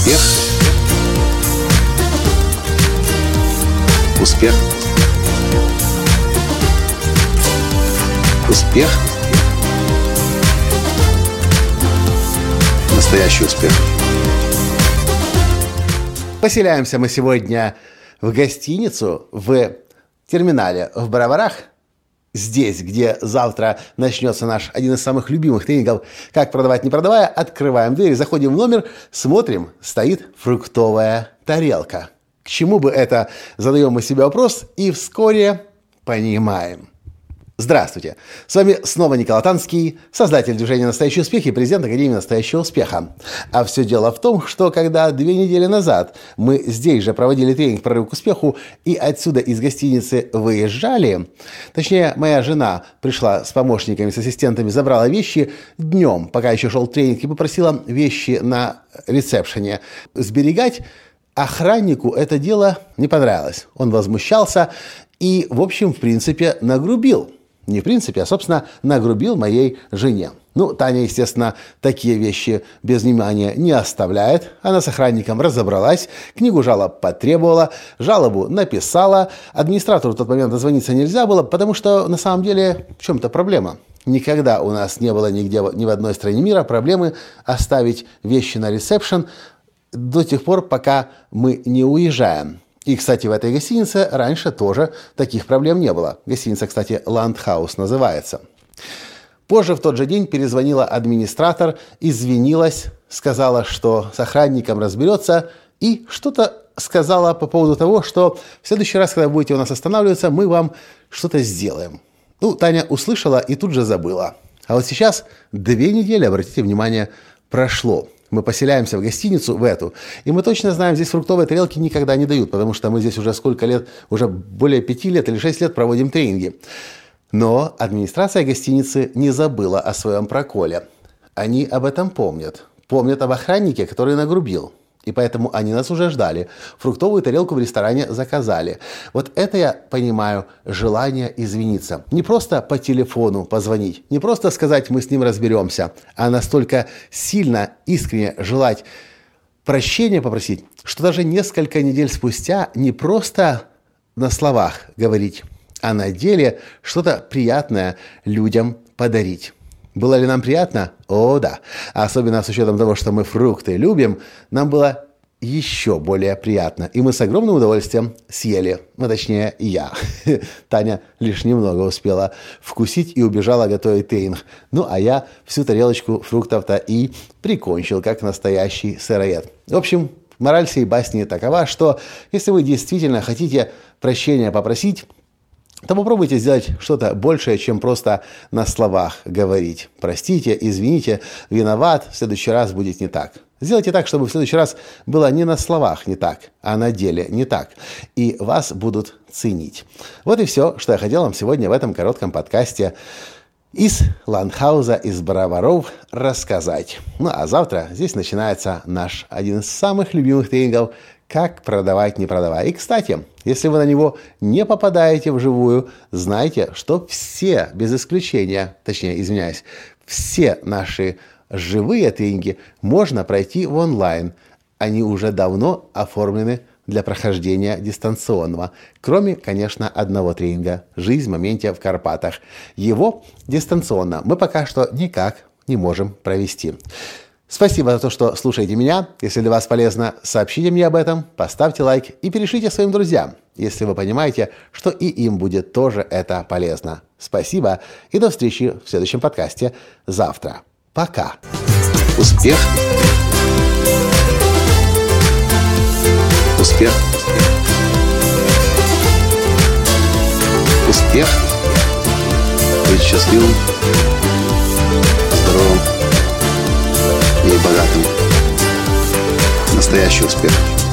Успех. Успех. Успех. Настоящий успех. Поселяемся мы сегодня в гостиницу в терминале в Броварах. Здесь, где завтра начнется наш один из самых любимых тренингов «Как продавать, не продавая». Открываем дверь, заходим в номер, смотрим, стоит фруктовая тарелка. К чему бы это, задаем мы себе вопрос и вскоре понимаем. Здравствуйте! С вами снова Николай Танский, создатель движения «Настоящий успех» и президент Академии «Настоящего успеха». А все дело в том, что когда 2 недели назад мы здесь же проводили тренинг «Прорыв к успеху» и отсюда из гостиницы выезжали, точнее, моя жена пришла с помощниками, с ассистентами, забрала вещи днем, пока еще шел тренинг, и попросила вещи на ресепшене сберегать, охраннику это дело не понравилось. Он возмущался и, в общем, в принципе, нагрубил. Не в принципе, а, собственно, нагрубил моей жене. Ну, Таня, естественно, такие вещи без внимания не оставляет. Она с охранником разобралась, книгу жалоб потребовала, жалобу написала. Администратору в тот момент дозвониться нельзя было, потому что, на самом деле, в чем-то проблема. Никогда у нас не было нигде, ни в одной стране мира проблемы оставить вещи на ресепшн до тех пор, пока мы не уезжаем. И, кстати, в этой гостинице раньше тоже таких проблем не было. Гостиница, кстати, Ландхаус называется. Позже в тот же день перезвонила администратор, извинилась, сказала, что с охранником разберется, и что-то сказала по поводу того, что в следующий раз, когда будете у нас останавливаться, мы вам что-то сделаем. Ну, Таня услышала и тут же забыла. А вот сейчас 2 недели, обратите внимание, прошло. Мы поселяемся в гостиницу, в эту, и мы точно знаем, здесь фруктовые тарелки никогда не дают, потому что мы здесь уже сколько лет, уже более 5 лет или 6 лет проводим тренинги. Но администрация гостиницы не забыла о своем проколе. Они об этом помнят. Помнят об охраннике, который нагрубил. И поэтому они нас уже ждали. Фруктовую тарелку в ресторане заказали. Вот это я понимаю желание извиниться. Не просто по телефону позвонить, не просто сказать «мы с ним разберемся», а настолько сильно, искренне желать прощения попросить, что даже несколько недель спустя не просто на словах говорить, а на деле что-то приятное людям подарить. Было ли нам приятно? О, да. А особенно с учетом того, что мы фрукты любим, нам было еще более приятно. И мы с огромным удовольствием съели. Ну, точнее, я. Таня лишь немного успела вкусить и убежала готовить тренинг. Ну, а я всю тарелочку фруктов-то и прикончил, как настоящий сыроед. В общем, мораль сей басни такова, что если вы действительно хотите прощения попросить, то попробуйте сделать что-то большее, чем просто на словах говорить. Простите, извините, виноват, в следующий раз будет не так. Сделайте так, чтобы в следующий раз было не на словах не так, а на деле не так. И вас будут ценить. Вот и все, что я хотел вам сегодня в этом коротком подкасте из Ландхауза, из Броваров рассказать. Ну а завтра здесь начинается наш один из самых любимых тренингов «Как продавать, не продавая». И, кстати, если вы на него не попадаете вживую, знайте, что все, без исключения, точнее, извиняюсь, все наши живые тренинги можно пройти в онлайн. Они уже давно оформлены для прохождения дистанционного. Кроме, конечно, одного тренинга «Жизнь в моменте в Карпатах». Его дистанционно мы пока что никак не можем провести. Спасибо за то, что слушаете меня. Если для вас полезно, сообщите мне об этом, поставьте лайк и перешлите своим друзьям, если вы понимаете, что и им будет тоже это полезно. Спасибо и до встречи в следующем подкасте завтра. Пока. Успех. Успех. Успех. Быть счастливым, здоровым и богатым. Настоящий успех.